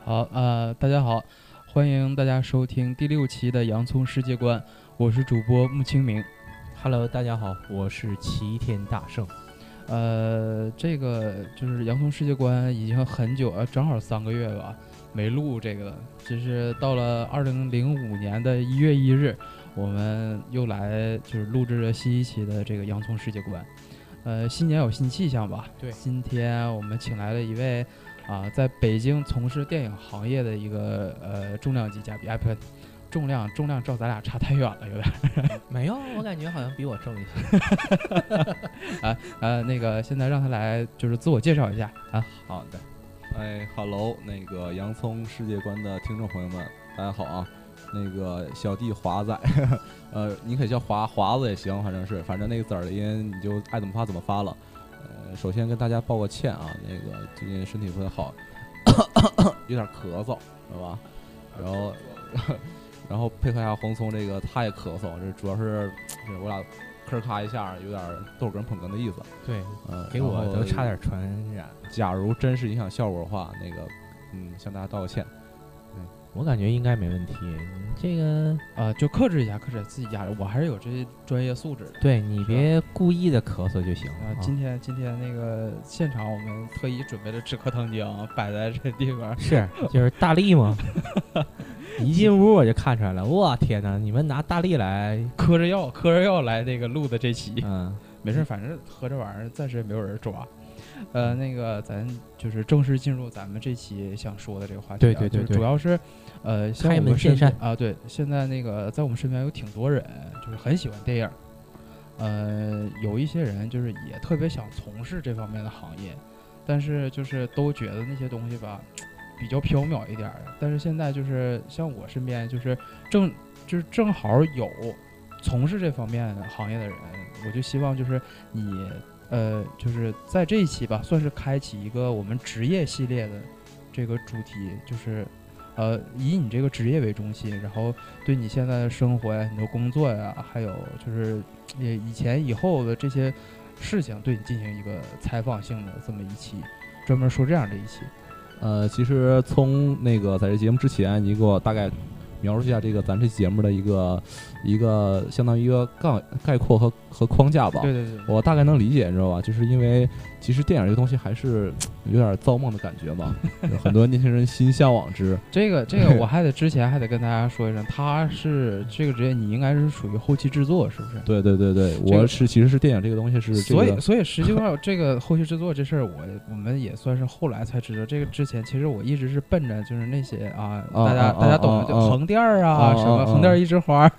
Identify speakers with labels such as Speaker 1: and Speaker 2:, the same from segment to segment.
Speaker 1: 好，大家好，欢迎大家收听第6期的洋葱世界观，我是主播穆清明。
Speaker 2: Hello， 大家好，我是齐天大圣。
Speaker 1: 这个就是洋葱世界观已经很久正好3个月吧，没录这个了。就是到了2005年的1月1日，我们又来就是录制了新一期的这个洋葱世界观。新年有新气象吧？
Speaker 2: 对，
Speaker 1: 今天我们请来了一位在北京从事电影行业的一个重量级嘉宾。不，重量照咱俩差太远了，有点。
Speaker 2: 没有，我感觉好像比我重一些。
Speaker 1: 那个现在让他来就是自我介绍一下啊。
Speaker 3: 好的，Hello， 那个洋葱世界观的听众朋友们，大家好啊。那个小弟华仔，你可以叫华子也行，反正那个字儿的音你就爱怎么发怎么发了。首先跟大家报个歉啊，那个最近身体不太好，有点咳嗽，知道吧？然后配合一下黄聪这个他也咳嗽，这主要是我俩吭咔一下，有点逗哏捧哏的意思。
Speaker 2: 对，给我都差点传染。
Speaker 3: 假如真是影响效果的话，那个向大家道个歉。
Speaker 2: 我感觉应该没问题，你这个
Speaker 1: 就克制一下，克制自己压力，我还是有这些专业素质的。
Speaker 2: 对，你别故意的咳嗽就行。
Speaker 1: 今天那个现场我们特意准备了止咳糖浆摆在这地方，
Speaker 2: 是就是大力嘛。一进屋我就看出来了，哇天哪！你们拿大力来
Speaker 1: 嗑着药来那个录的这期，没事，反正喝这玩意儿暂时也没有人抓。那个咱就是正式进入咱们这期想说的这个话题。对，主要是像我们身边啊，对，现在那个在我们身边有挺多人就是很喜欢电影，有一些人就是也特别想从事这方面的行业，但是就是都觉得那些东西吧比较缥缈一点的。但是现在就是像我身边就是正好有从事这方面的行业的人，我就希望就是你就是在这一期吧，算是开启一个我们职业系列的这个主题，就是以你这个职业为中心，然后对你现在的生活呀、你的工作呀，还有就是以前以后的这些事情，对你进行一个采访性的这么一期，专门说这样的一期。
Speaker 3: 其实从那个在这节目之前，你给我大概描述一下这个咱这节目的一个相当于一个概括和框架吧。
Speaker 1: 对，
Speaker 3: 我大概能理解，你知道吧？就是因为其实电影这个东西还是有点造梦的感觉嘛，很多年轻人心向往之。
Speaker 1: 这个我之前还得跟大家说一声，他是这个职业，你应该是属于后期制作，是不是？
Speaker 3: 对，我其实是电影这个东西是
Speaker 1: 所以实际上这个后期制作这事儿，我们也算是后来才知道。这个之前其实我一直是奔着就是那些大家懂的，就横店啊，什么横店一枝花。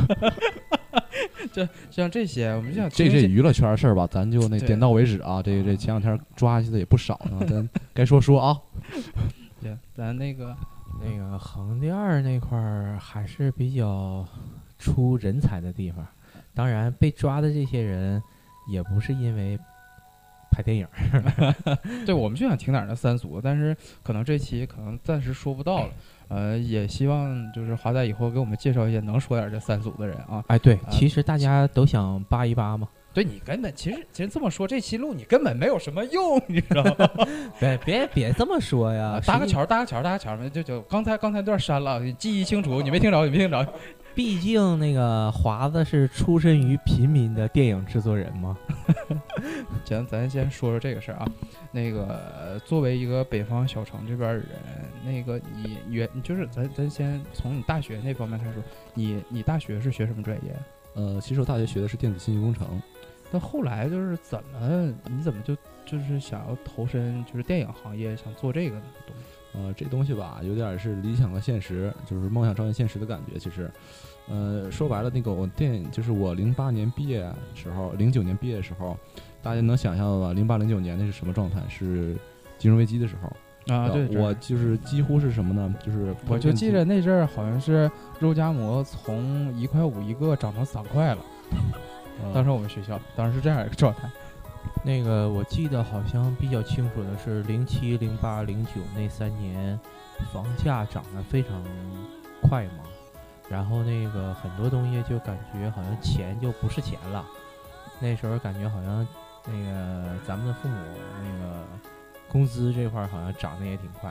Speaker 1: 就像这些，我们就想
Speaker 3: 这娱乐圈的事儿吧，咱就那点到为止啊。这前两天抓起的也不少呢，咱该说啊。
Speaker 1: 对，咱那个
Speaker 2: 横店那块儿还是比较出人才的地方。当然，被抓的这些人也不是因为拍电影。
Speaker 1: 对，我们就想听点儿的三俗，但是可能这期可能暂时说不到了。也希望就是华仔以后给我们介绍一些能说点这三俗的人啊。
Speaker 2: 对，其实大家都想扒一扒嘛。
Speaker 1: 对，你根本其实这么说，这期录你根本没有什么用，你知道吗？
Speaker 2: 别这么说呀！
Speaker 1: 搭个桥，就刚才那段删了，记忆清楚，你没听着。
Speaker 2: 毕竟那个华子是出身于平民的电影制作人嘛。
Speaker 1: 咱先说说这个事儿啊。那个作为一个北方小城这边的人，那个你就是咱先从你大学那方面开始说，你大学是学什么专业？
Speaker 3: 其实我大学学的是电子信息工程。
Speaker 1: 但后来就是你怎么就是想要投身就是电影行业，想做这个东西？
Speaker 3: 这东西吧，有点是理想和现实，就是梦想照进现实的感觉。其实，说白了，那个就是我08年毕业时候，09年毕业的时候，大家能想象到吧？08、09年那是什么状态？是金融危机的时候
Speaker 1: 啊。对，
Speaker 3: 我就是几乎是什么呢？就是
Speaker 1: 我就记得那阵儿好像是肉夹馍从1.5块一个涨成3块了。当时我们学校当时是这样一个状态。
Speaker 2: 那个我记得好像比较清楚的是07、08、09那3年，房价涨得非常快嘛，然后那个很多东西就感觉好像钱就不是钱了。那时候感觉好像那个咱们的父母那个工资这块好像涨得也挺快，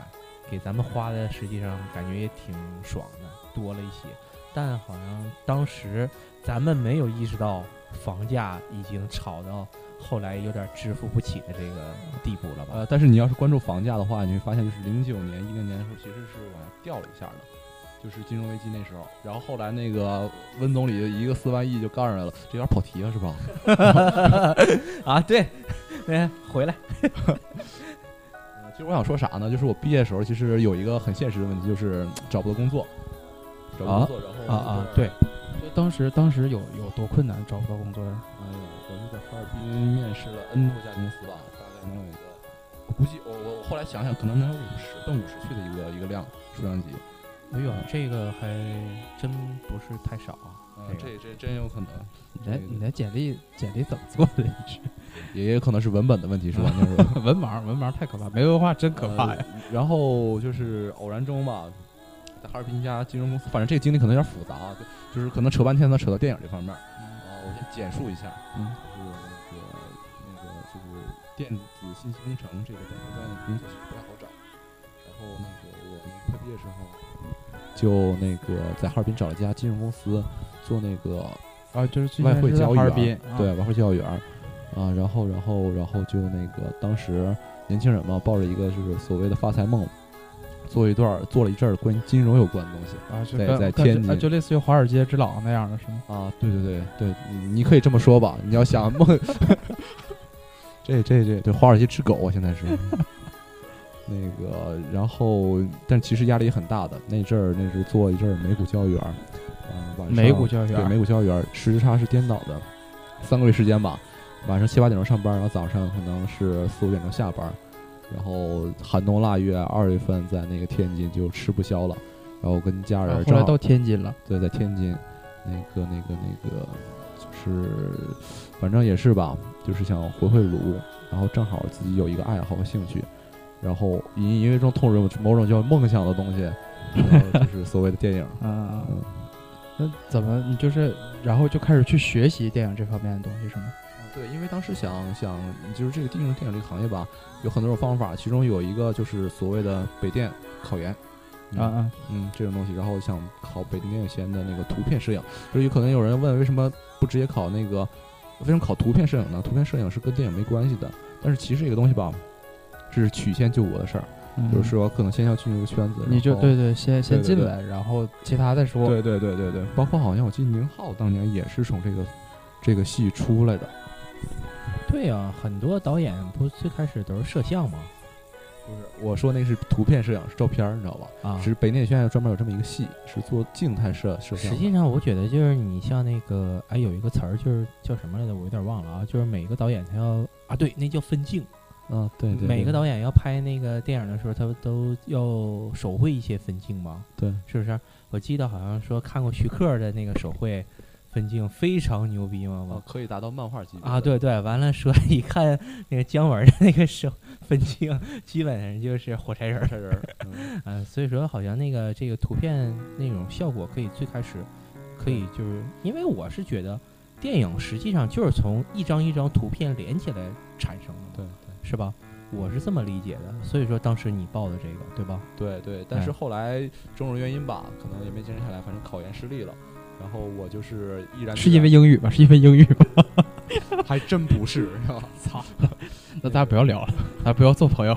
Speaker 2: 给咱们花的实际上感觉也挺爽的，多了一些。但好像当时咱们没有意识到房价已经炒到后来有点支付不起的这个地步了吧？
Speaker 3: 但是你要是关注房价的话，你会发现就是09年、10年的时候，其实是往下掉了一下的，就是金融危机那时候。然后后来那个温总理一个4万亿就干上来了，这有点跑题了是吧？
Speaker 2: 啊，对，回来。
Speaker 3: 其实我想说啥呢？就是我毕业的时候，其实有一个很现实的问题，就是找不到工作。找不到工作，然后
Speaker 2: 对。
Speaker 1: 当时有多困难找不到工作呀？
Speaker 3: 哎呦，我是在哈尔滨面试了 N 多家公司吧，大概能有一个，我估计我后来想想，可能能有奔50去的一个数量级。
Speaker 2: 哎呦，这个还真不是太少啊。
Speaker 3: 这真有可能。
Speaker 1: 你的简历怎么做的？
Speaker 3: 也有可能是文本的问题，是吧？
Speaker 1: 文盲太可怕，没文化真可怕呀。
Speaker 3: 然后就是偶然中吧，在哈尔滨一家金融公司，反正这个经历可能有点复杂啊，就是可能扯半天能扯到电影这方面。我先简述一下，就是那个就是电子信息工程这个本科专业的工作其实不太好找。然后那个我快毕业的时候，就那个在哈尔滨找了一家金融公司做那个
Speaker 1: 就是
Speaker 3: 外汇交易
Speaker 1: 员，
Speaker 3: 对，外汇交易员啊，然后就那个当时年轻人嘛，抱着一个就是所谓的发财梦。做了一阵儿关于金融有关的东西
Speaker 1: 啊，
Speaker 3: 在天津，
Speaker 1: 就类似于华尔街之狼那样的是吗？
Speaker 3: 啊，对，你可以这么说吧。你要想梦，这对华尔街之狗，现在是那个，然后但其实压力也很大的。那是做一阵儿美股交易员，晚上
Speaker 1: 美股交易员，
Speaker 3: 对，美股交易员时差是颠倒的，3个月时间吧，晚上7、8点钟上班，然后早上可能是4、5点钟下班。然后寒冬腊月2月份在那个天津就吃不消了，然后跟家人
Speaker 1: 后来到天津了，
Speaker 3: 对，在天津，那个就是反正也是吧，就是想回炉，然后正好自己有一个爱好和兴趣，然后隐约中透露某种叫梦想的东西，就是所谓的电影。
Speaker 1: 那怎么你就是然后就开始去学习电影这方面的东西是吗？
Speaker 3: 对，因为当时想就是这个电影这个行业吧，有很多种方法，其中有一个就是所谓的北电考研，这种东西，然后想考北京电影学院的那个图片摄影，就是有可能有人问为什么不直接考那个，为什么考图片摄影呢？图片摄影是跟电影没关系的，但是其实这个东西吧，是曲线救国的事儿。就是说，可能先要进入一个圈子，
Speaker 1: 你就对，先进来，然后其他再说。
Speaker 3: 对，包括好像我记得宁浩当年也是从这个系出来的。
Speaker 2: 对啊，很多导演不最开始都是摄像吗？
Speaker 3: 不是，我说那是图片摄影，是照片，你知道吧？啊，是北电影学院专门有这么一个系，是做静态摄像。
Speaker 2: 实际上，我觉得就是你像那个，有一个词儿就是叫什么来着？我有点忘了啊。就是每个导演他要对，那叫分镜。
Speaker 3: 对，
Speaker 2: 每个导演要拍那个电影的时候，他都要手绘一些分镜嘛。
Speaker 3: 对，
Speaker 2: 是不是？我记得好像说看过徐克的那个手绘分镜非常牛逼嘛，
Speaker 3: 可以达到漫画级别
Speaker 2: 啊！对，完了说一看那个姜文的那个手分镜，基本上就是火柴人所以说好像这个图片那种效果可以最开始可以就是因为我是觉得电影实际上就是从一张一张图片连起来产生的，
Speaker 3: 对，
Speaker 2: 是吧？我是这么理解的，所以说当时你报的这个，对吧？
Speaker 3: 对，但是后来种种原因吧，可能也没坚持下来，反正考研失利了。然后我就是毅然
Speaker 1: 是因为英语吧？是因为英语吧？
Speaker 3: 还真不是，
Speaker 1: 操！那大家不要聊了，大家不要做朋友。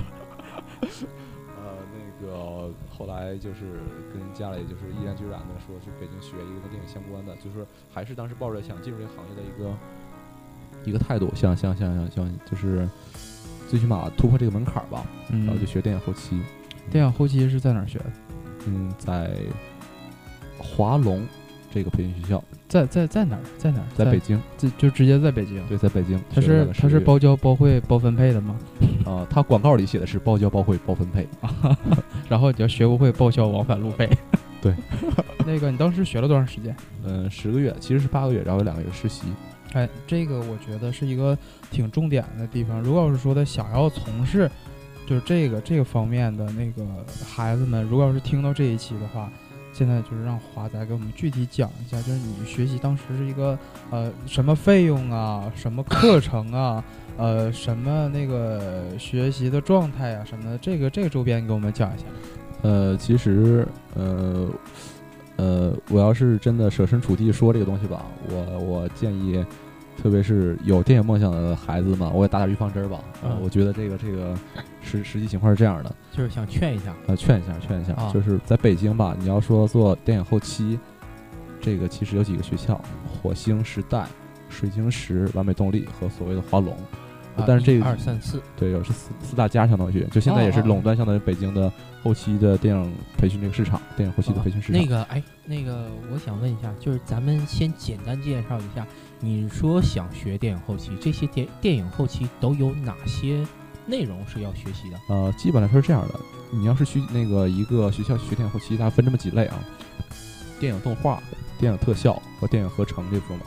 Speaker 3: 那个后来就是跟家里就是毅然决然的说去北京学一个跟电影相关的，就是还是当时抱着想进入这个行业的一个态度，想就是最起码突破这个门槛吧。然后就学电影后期。
Speaker 1: 电影后期是在哪儿学的？
Speaker 3: 在华龙这个培训学校。
Speaker 1: 在哪儿？
Speaker 3: 在北京。
Speaker 1: 就直接在北京。
Speaker 3: 对，在北京。
Speaker 1: 他是包教包会包分配的吗？
Speaker 3: 他广告里写的是包教包会包分配，
Speaker 1: 然后你要学不会报销往返路费。
Speaker 3: 对。
Speaker 1: 那个你当时学了多长时间
Speaker 3: ？10个月，其实是8个月，然后有2个月实习。
Speaker 1: 这个我觉得是一个挺重点的地方。如果要是说他想要从事就是这个方面的那个孩子们，如果要是听到这一期的话，现在就是让华仔给我们具体讲一下，就是你学习当时是一个什么费用啊，什么课程啊，什么那个学习的状态啊什么的，这个周边给我们讲一下。
Speaker 3: 其实我要是真的设身处地说这个东西吧，我建议，特别是有电影梦想的孩子们，我也打点预防针吧。我觉得这个实际情况是这样的，
Speaker 2: 就是想劝一下，
Speaker 3: 劝一下，就是在北京吧，你要说做电影后期，这个其实有几个学校：火星时代、水晶石、完美动力和所谓的华龙。但是这个
Speaker 2: 2、3、4，
Speaker 3: 对，有是四大家相当于，就现在也是垄断相当于北京的后期的电影培训这个市场，电影后期的培训市场。
Speaker 2: 那个，我想问一下，就是咱们先简单介绍一下，你说想学电影后期，这些电影后期都有哪些内容是要学习的？
Speaker 3: 基本来说是这样的，你要是去那个一个学校学电影后期，它分这么几类啊：电影动画、电影特效和电影合成这种的。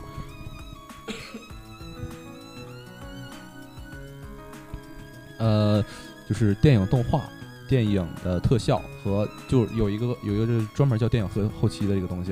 Speaker 3: 就是电影动画、电影的特效和就有一个专门叫电影后期的一个东西。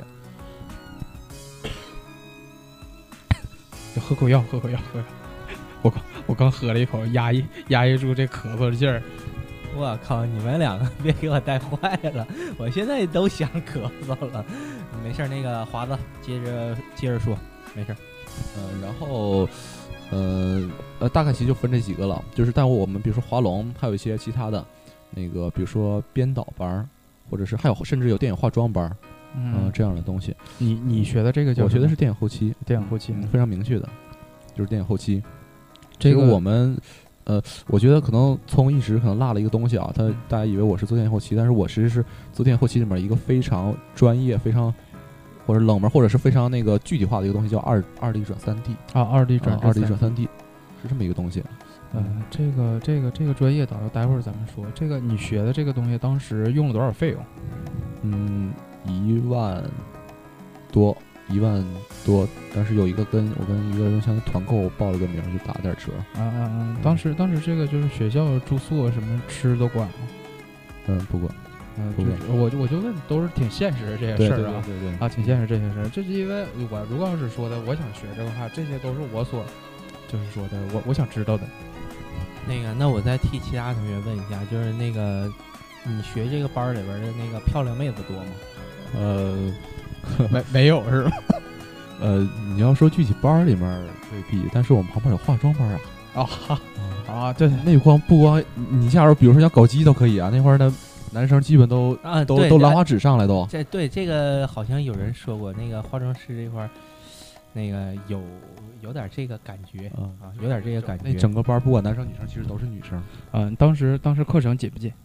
Speaker 1: 喝口药。我刚喝了一口，压抑住这咳嗽的劲儿。
Speaker 2: 我靠！你们两个别给我带坏了，我现在都想咳嗽了。没事，那个华子接着说，没事。
Speaker 3: 然后。大概其实就分这几个了，就是但我们比如说华龙，还有一些其他的，那个比如说编导班，或者是还有甚至有电影化妆班，这样的东西。
Speaker 1: 你学的这个叫？
Speaker 3: 我学的是电影后期，非常明确的，就是电影后期。这个我们我觉得可能从一直可能落了一个东西啊，大家以为我是做电影后期，但是我其实是做电影后期里面一个非常专业、非常。或者冷门，或者是非常那个具体化的一个东西，叫2D 转3D
Speaker 1: 啊，2D 转
Speaker 3: 3D 是这么一个东西。
Speaker 1: 这个专业导游，待会儿咱们说。这个你学的这个东西，当时用了多少费用
Speaker 3: ？1万多，但是我跟一个人像团购报了个名，就打点折。
Speaker 1: 当时这个就是学校住宿什么吃都管吗？
Speaker 3: 不管。
Speaker 1: 我就问，都是挺现实的这些事儿啊，
Speaker 3: 对，
Speaker 1: 挺现实这些事儿，就是因为我如果要是说的，我想学这个话，这些都是我所就是说的，我想知道的。
Speaker 2: 那我再替其他同学问一下，就是那个你学这个班里边的那个漂亮妹子多
Speaker 1: 吗？没有是吧？
Speaker 3: 你要说具体班里面未必，但是我们旁边有化妆班啊。对，那不光你下边比如说像搞基都可以啊，那块儿的。男生基本都兰花指上来都。
Speaker 2: 这个好像有人说过，那个化妆师这块，那个有点这个感觉有点这个感觉。
Speaker 3: 那整个班不管男生女生，其实都是女生。
Speaker 1: 当时课程紧不紧？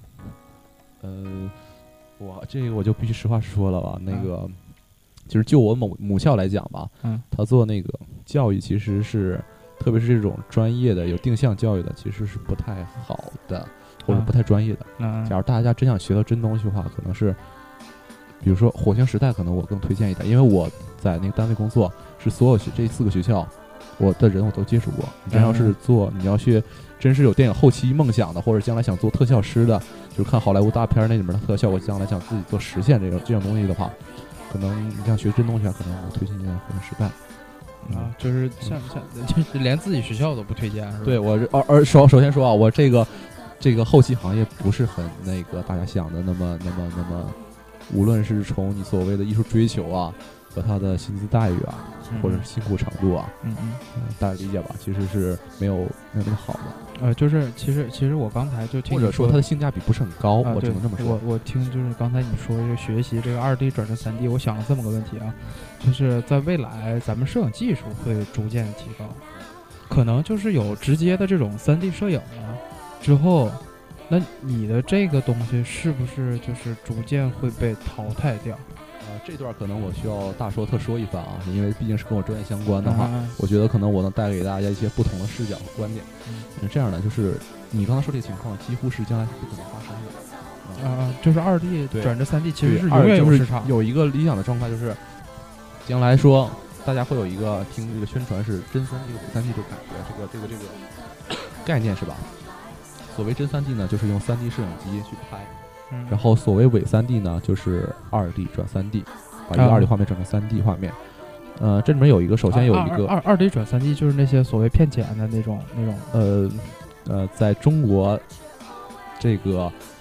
Speaker 3: 我就必须实话实说了吧。那个，就是就我母校来讲吧，他做那个教育其实是，特别是这种专业的有定向教育的，其实是不太好的。或者不太专业的，假如大家真想学到真东西的话，可能是，比如说火星时代，可能我更推荐一点，因为我在那个单位工作，是所有这4个学校，我的人我都接触过。你真要是你要去，真是有电影后期梦想的，或者将来想做特效师的，就是看好莱坞大片那里面的特效，我将来想自己做实现这样东西的话，可能你想学真东西的话，可能我推荐火星时代。
Speaker 1: 就是像就是连自己学校都不推荐，是吧？
Speaker 3: 对我首先说啊，我这个后期行业不是很那个大家想的那么，无论是从你所谓的艺术追求啊，和他的薪资待遇啊，或者是辛苦程度啊，大家理解吧？其实是没有那么好的。
Speaker 1: 就是其实我刚才就听
Speaker 3: 或者说它的性价比不是很高，我只能这么说。
Speaker 1: 我听就是刚才你说这个学习这个2D 转成3D，我想了这么个问题啊，就是在未来咱们摄影技术会逐渐提高，可能就是有直接的这种3D 摄影啊。之后，那你的这个东西是不是就是逐渐会被淘汰掉？
Speaker 3: 这段可能我需要大说特说一番啊，因为毕竟是跟我专业相关的话，我觉得可能我能带给大家一些不同的视角和观点。这样的就是你刚才说这个情况，几乎是将来是不可能发生
Speaker 1: 的。就是2D 转至3D，其实是永远有市场。
Speaker 3: 有一个理想的状态就是，将来说大家会有一个听这个宣传是真3D 和伪3D这个感觉，这个概念是吧？所谓真3D 呢，就是用3D 摄影机去拍，然后所谓伪3D 呢，就是2D 转3D，把一个2D 画面转成3D 画面。这里面有一个，首先有一个
Speaker 1: 2D 转3D，就是那些所谓骗钱的那种。
Speaker 3: 在中国这个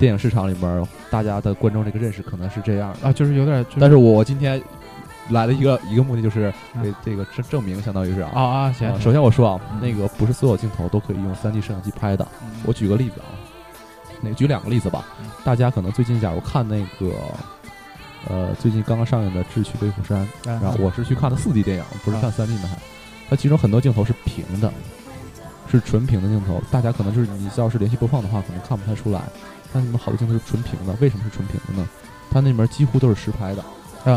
Speaker 3: 电影市场里面大家的观众这个认识可能是这样
Speaker 1: 啊，就是有点。
Speaker 3: 但是我今天来了一个目的，就是这个证明，相当于是
Speaker 1: 行。
Speaker 3: 首先我说那个不是所有镜头都可以用3D 摄像机拍的。我举个例子举2个例子吧。大家可能最近假如看那个最近刚刚上映的《智取威虎山》，然后我是去看的4D 电影，不是看3D 的。它其中很多镜头是平的，是纯平的镜头。大家可能就是你要是连续播放的话，可能看不太出来。但里面好多镜头是纯平的，为什么是纯平的呢？它那里面几乎都是实拍的。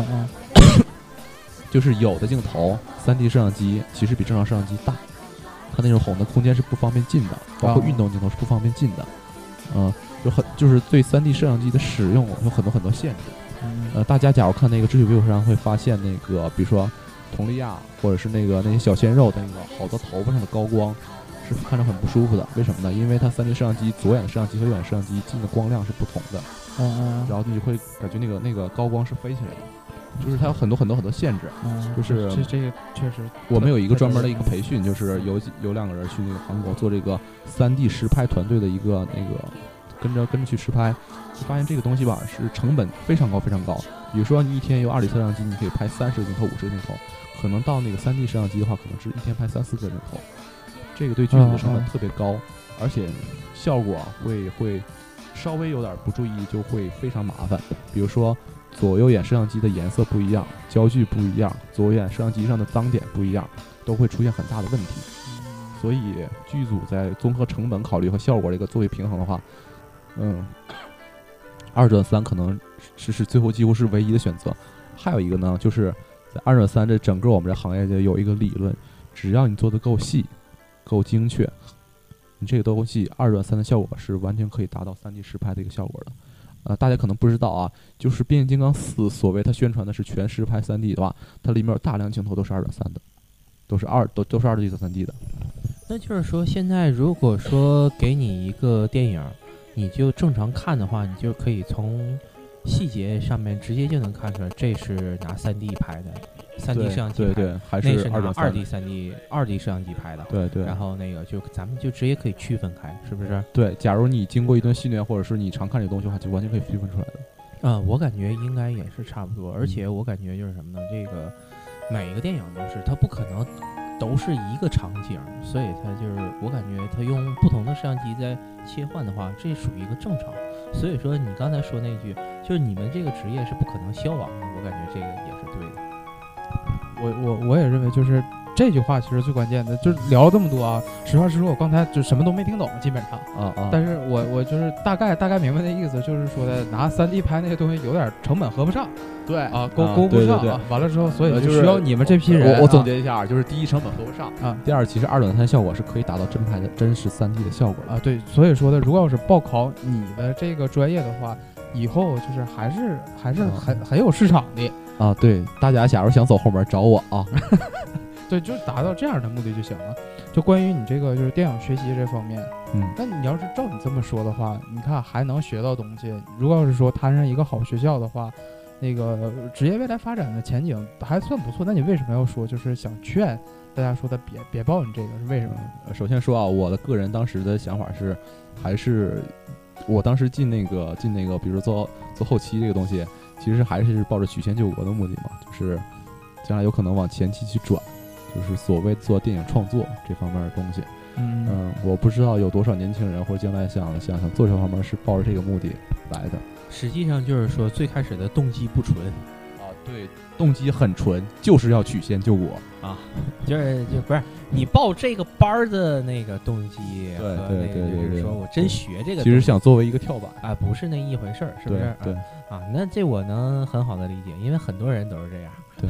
Speaker 3: 就是有的镜头3D 摄像机其实比正常摄像机大，它那种红的空间是不方便进的，包括运动镜头是不方便进的。就是对3D 摄像机的使用有很多限制。大家假如看那个《智取威虎山》会发现那个，比如说佟丽娅或者是那些小鲜肉的那个好多头发上的高光是看着很不舒服的。为什么呢？因为它3D 摄像机左眼的摄像机和右眼摄像机进的光量是不同的。然后你会感觉那个高光是飞起来的。就是它有很多限制。就是
Speaker 1: 这个确实，
Speaker 3: 我们有一个专门的一个培训，就是有2个人去那个韩国做这个3D 实拍团队的一个跟着去实拍，就发现这个东西吧是成本非常高。比如说你一天有2里摄像机，你可以拍30个镜头、50个镜头，可能到那个3D 摄像机的话，可能是一天拍3-4个镜头。这个对剧组的成本特别高，而且效果会稍微有点不注意就会非常麻烦。比如说左右眼摄像机的颜色不一样，焦距不一样，左右眼摄像机上的脏点不一样，都会出现很大的问题。所以剧组在综合成本考虑和效果这个作为平衡的话，2:3可能是最后几乎是唯一的选择。还有一个呢，就是在2:3这整个我们这行业就有一个理论，只要你做得够细够精确，你这个东西2:3的效果是完全可以达到3D 实拍的一个效果的。大家可能不知道啊，就是变形金刚4所谓它宣传的是全实拍3D 的话，它里面有大量镜头都是2:3的，都是2D 和3D 的。
Speaker 2: 那就是说，现在如果说给你一个电影，你就正常看的话，你就可以从细节上面直接就能看出来，这是拿3D 拍的，3D 摄像机拍的，
Speaker 3: 对，还是
Speaker 2: 那是拿2D 摄像机拍的，
Speaker 3: 对。
Speaker 2: 然后咱们就直接可以区分开，是不是？
Speaker 3: 对，假如你经过一顿训练，或者是你常看这个东西的话，就完全可以区分出来的。
Speaker 2: 我感觉应该也是差不多，而且我感觉就是什么呢？这个每一个电影都是，它不可能都是一个场景，所以它就是我感觉它用不同的摄像机在切换的话，这属于一个正常。所以说你刚才说那句，就是你们这个职业是不可能消亡的，我感觉这个也是对
Speaker 1: 的。我也认为就是这句话其实最关键的，就是聊了这么多啊。实话实说，我刚才就什么都没听懂，基本上但是我就是大概明白的意思，就是说的拿3D 拍那些东西有点成本合不上，
Speaker 3: 对
Speaker 1: 勾不上
Speaker 3: 对。
Speaker 1: 完了之后，所以就需要你们这批人。
Speaker 3: 我总结一下，就是第一成本合不上第二其实2:3效果是可以达到真实3D 的效果的
Speaker 1: 对，所以说的，如果要是报考你的这个专业的话，以后就是还是很有市场的
Speaker 3: 对，大家假如想走后门找我
Speaker 1: 对，就达到这样的目的就行了。就关于你这个就是电影学习这方面，那你要是照你这么说的话，你看还能学到东西。如果要是说摊上一个好学校的话，那个职业未来发展的前景还算不错。那你为什么要说就是想劝大家说的别报你这个，是为什么？
Speaker 3: 首先说我的个人当时的想法是，还是我当时进那个，比如说做后期这个东西，其实还是抱着曲线救国的目的嘛，就是将来有可能往前期去转。就是所谓做电影创作这方面的东西，我不知道有多少年轻人或者将来想做这方面是抱着这个目的来的。
Speaker 2: 实际上就是说最开始的动机不纯
Speaker 3: 对，动机很纯，就是要曲线救国
Speaker 2: 就不是你报这个班的那个动机
Speaker 3: 对，
Speaker 2: 就是说我真学这个，
Speaker 3: 其实想作为一个跳板
Speaker 2: 不是那一回事儿，是不是？
Speaker 3: 对
Speaker 2: 那这我能很好的理解，因为很多人都是这样。
Speaker 3: 对。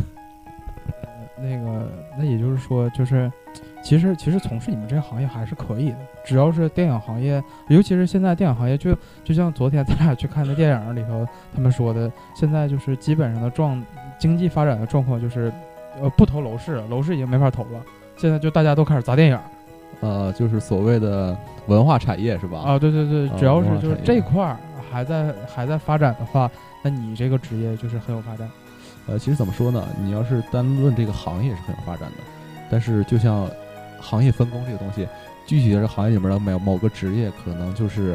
Speaker 1: 那也就是说，就是其实从事你们这个行业还是可以的，只要是电影行业，尤其是现在电影行业，就像昨天咱俩去看的电影里头，他们说的，现在就是基本上的经济发展的状况就是，不投楼市已经没法投了，现在就大家都开始砸电影，
Speaker 3: 就是所谓的文化产业是吧？
Speaker 1: 对，只要是就是这块还在发展的话，那你这个职业就是很有发展。
Speaker 3: 其实怎么说呢？你要是单论这个行业是很有发展的，但是就像行业分工这个东西，具体的这行业里面的某个职业可能就是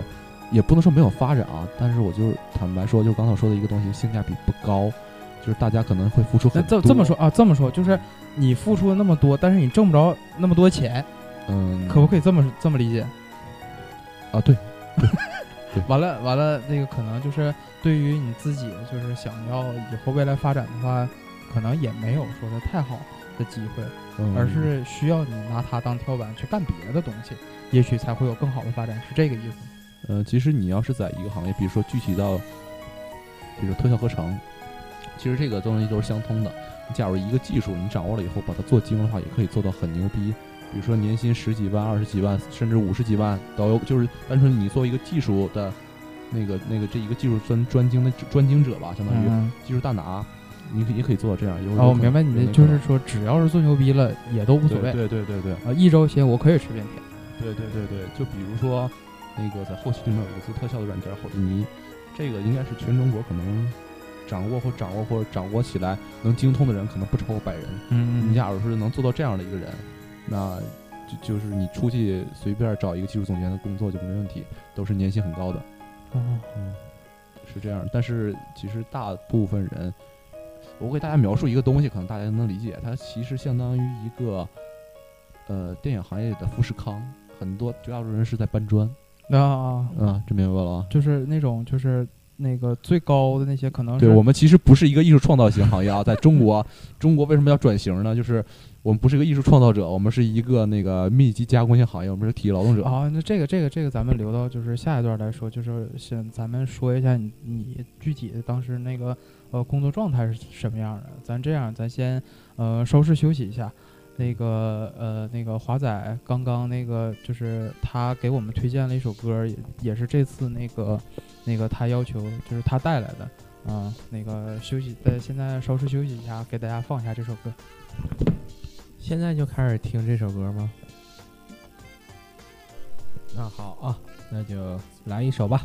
Speaker 3: 也不能说没有发展啊，但是我就是坦白说，就是刚才我说的一个东西，性价比不高，就是大家可能会付出很多。
Speaker 1: 这么说啊，这么说就是你付出了那么多，但是你挣不着那么多钱，可不可以这么理解？
Speaker 3: 啊，对。
Speaker 1: 完了，那个可能就是对于你自己，就是想要以后未来发展的话，可能也没有说的太好的机会，而是需要你拿它当跳板去干别的东西，也许才会有更好的发展，是这个意思。
Speaker 3: 其实你要是在一个行业，比如说具体到，比如特效合成，其实这个东西都是相通的。假如一个技术你掌握了以后，把它做精的话，也可以做到很牛逼。比如说年薪10几万、20几万，甚至50几万都有。就是单纯你作为一个技术的，那个这一个技术专精者吧，相当于技术大拿，你也可以做到这样。
Speaker 1: 我明白你的，就是说只要是做牛逼了，也都无所谓。
Speaker 3: 对。
Speaker 1: 一周薪我可以吃遍天。
Speaker 3: 对。就比如说那个在后期里面有一个做特效的软件后期尼，这个应该是全中国可能掌握起来能精通的人可能不超过100人。你假如是能做到这样的一个人，那就是你出去随便找一个技术总监的工作就没问题，都是年薪很高的。是这样。但是其实大部分人，我给大家描述一个东西，可能大家能理解，它其实相当于一个电影行业的富士康，很多绝大多数人是在搬砖。这明白了啊，
Speaker 1: 就是那种就是那个最高的那些可能
Speaker 3: 是。对，我们其实不是一个艺术创造型行业啊，在中国为什么要转型呢？就是我们不是一个艺术创造者，我们是一个那个密集加工性行业，我们是体力劳动者。
Speaker 1: 那这个咱们留到就是下一段来说，就是先咱们说一下你具体的当时那个工作状态是什么样的。咱先收拾休息一下。那个华仔刚刚那个就是他给我们推荐了一首歌，也是这次那个他要求就是他带来的那个休息现在稍事休息一下，给大家放一下这首歌。
Speaker 2: 现在就开始听这首歌吗？那好啊，那就来一首吧。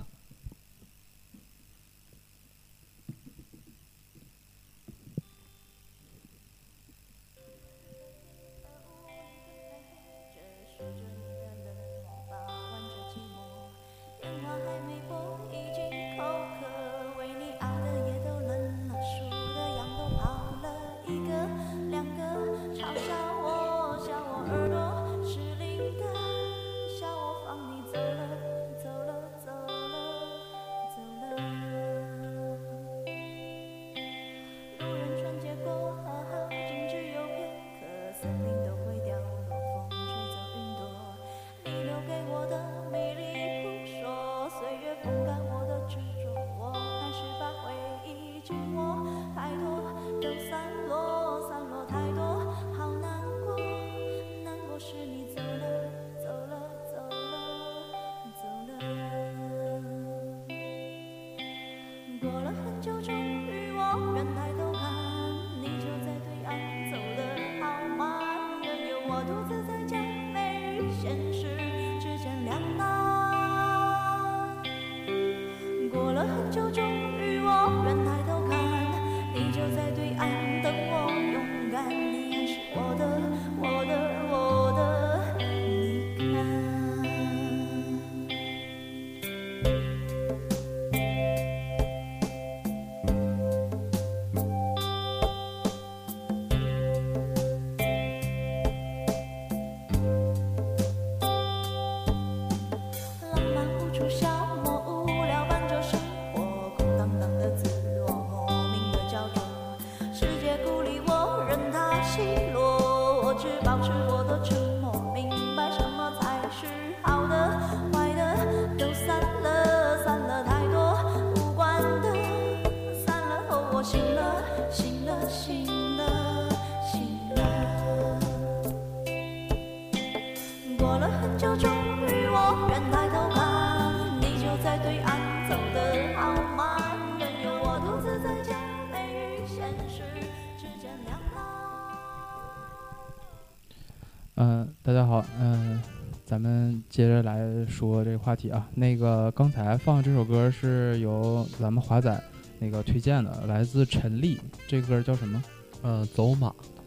Speaker 1: 大家好，咱们接着来说这个话题啊。那个刚才放的这首歌是由咱们华仔那个推荐的，来自陈粒，这歌叫什么？
Speaker 3: 走马。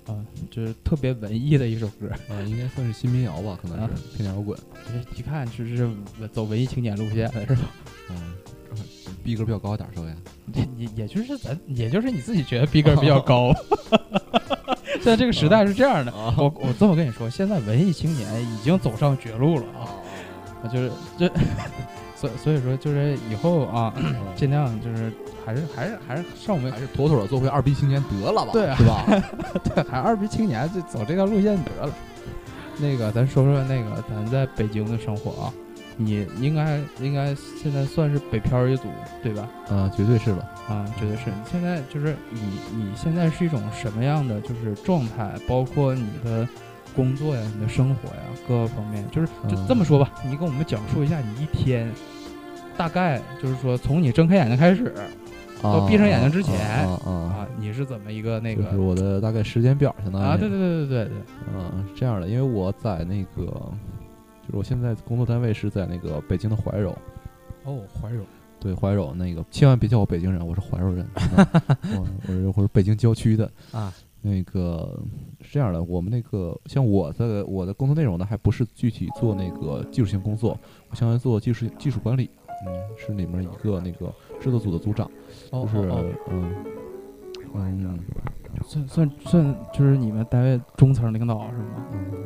Speaker 1: 就是特别文艺的一首歌
Speaker 3: 应该算是新民谣吧，可能是偏摇滚。
Speaker 1: 一看就是走文艺青年路线的是吧？
Speaker 3: 逼格比较高一点，说呀，
Speaker 1: 也就是你自己觉得逼格比较高。现在这个时代是这样的，我这么跟你说，现在文艺青年已经走上绝路了就是这，所以说就是以后啊，尽量就是还是上我们
Speaker 3: 还是妥妥的做回二逼青年得了吧，
Speaker 1: 对、啊，
Speaker 3: 是吧？
Speaker 1: 对，还是二逼青年就走这条路线得了。那个，咱说说那个咱在北京的生活啊。你应该现在算是北漂一族，对吧？
Speaker 3: 绝对是了。
Speaker 1: 绝对是。现在就是你现在是一种什么样的就是状态？包括你的工作呀、你的生活呀，各个方面，就这么说吧。你跟我们讲述一下你一天，大概就是说从你睁开眼睛开始，到闭上眼睛之前你是怎么一个那个？
Speaker 3: 就是我的大概时间表，相当于
Speaker 1: 对。
Speaker 3: 是这样的，因为我在那个。就是我现在工作单位是在那个北京的怀柔。
Speaker 1: 怀柔。
Speaker 3: 对，怀柔那个千万别叫我北京人，我是怀柔人。我是北京郊区的
Speaker 2: 啊。
Speaker 3: 那个是这样的，我们那个像我的工作内容呢，还不是具体做那个技术性工作，我相当于做技术管理。是里面一个那个制作组的组长。
Speaker 1: 算就是你们单位中层领导是吗？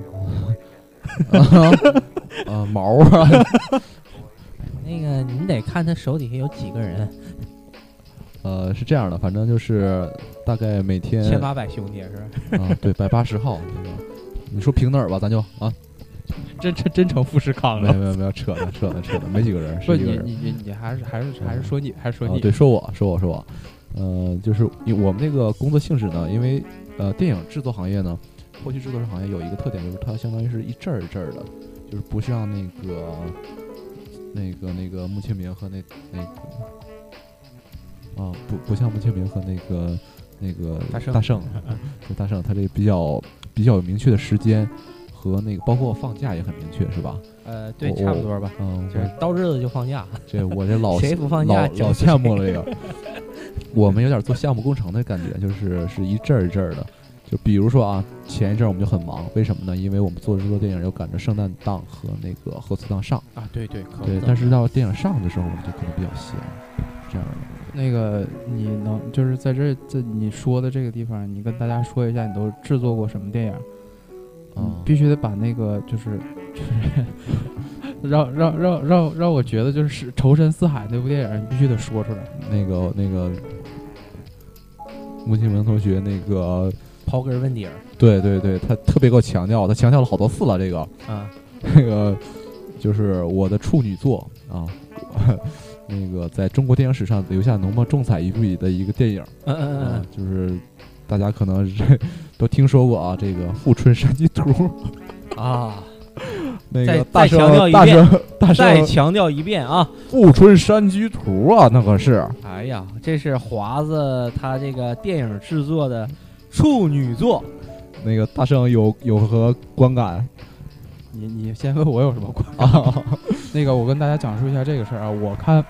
Speaker 3: 毛啊！
Speaker 2: 那个你得看他手底下有几个人。
Speaker 3: 是这样的，反正就是大概每天
Speaker 2: 1800兄弟是吧？
Speaker 3: 对，180号。你说平哪儿吧，咱就
Speaker 1: 真成富士康了。
Speaker 3: 没有，扯的，没几个人。
Speaker 1: 不，你还是说你，
Speaker 3: 对，说我。就是我们那个工作性质呢，因为电影制作行业呢。后期制作行业有一个特点，就是它相当于是一阵儿一阵儿的，就是不像那个穆清明和那个不像穆清明和那个大圣，对大圣，他这比较有明确的时间和那个包括放假也很明确，是吧？
Speaker 2: 对，差不多吧。就是到日子就放假。
Speaker 3: 我这老
Speaker 2: 谁不放假
Speaker 3: 老羡慕了这个。我们有点做项目工程的感觉，是一阵儿一阵儿的。就比如说啊，前一阵我们就很忙，为什么呢？因为我们做制作电影要赶着圣诞档和那个贺岁档上
Speaker 2: 啊，对，
Speaker 3: 但是到电影上的时候，我们就可能比较闲，这样的。
Speaker 1: 那个你能就是在你说的这个地方，你跟大家说一下，你都制作过什么电影？必须得把那个就是让我觉得就是仇深似海那部电影，你必须得说出来。
Speaker 3: 那个穆清明同学那个。
Speaker 2: 刨根问底儿，
Speaker 3: 对，他特别给我强调，他强调了好多次了。这个那个就是我的处女作啊，那个在中国电影史上留下浓墨重彩一笔的一个电影。就是大家可能都听说过啊，这个《富春山居图》
Speaker 2: 啊。
Speaker 3: 那个
Speaker 2: 再强调一遍，
Speaker 3: 再
Speaker 2: 强调一遍啊，
Speaker 3: 《富春山居图》啊，那可是。
Speaker 2: 哎呀，这是华子他这个电影制作的。处女座，
Speaker 3: 那个大圣有何观感？
Speaker 1: 你先问我有什么观感？那个我跟大家讲述一下这个事儿啊。我看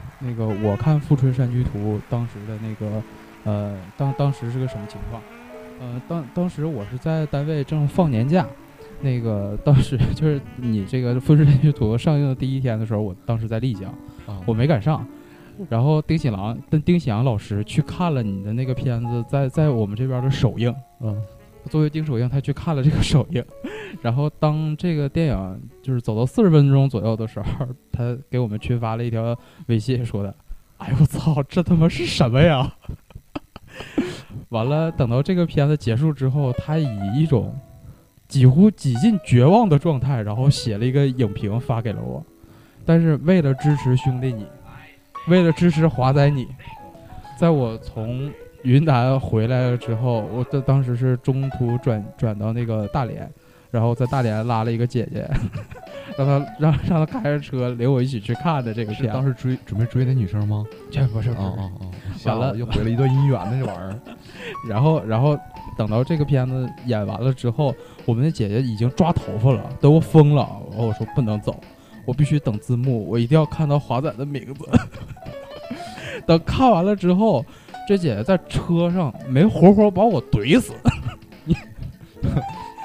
Speaker 1: 《富春山居图》当时的那个当时是个什么情况？当时我是在单位正放年假，那个当时就是你这个《富春山居图》上映的第一天的时候，我当时在丽江，我没赶上。然后丁喜阳老师去看了你的那个片子在我们这边的首映，作为丁首映他去看了这个首映，然后当这个电影就是走到40分钟左右的时候，他给我们群发了一条微信说的：“哎呦我操，这他妈是什么呀？”完了，等到这个片子结束之后，他以一种几乎几近绝望的状态，然后写了一个影评发给了我，但是为了支持兄弟你。为了支持华仔你，在我从云南回来了之后，我当时是中途转到那个大连，然后在大连拉了一个姐姐，让他开着车领我一起去看的这个片。
Speaker 3: 当时准备追那女生吗？
Speaker 1: 这不是
Speaker 3: 完了又毁了一段姻缘呢，这玩意儿。
Speaker 1: 然后等到这个片子演完了之后，我们的姐姐已经抓头发了，都要疯了。然后我说不能走。我必须等字幕，我一定要看到华仔的名字。等看完了之后，这姐姐在车上没活把我怼死。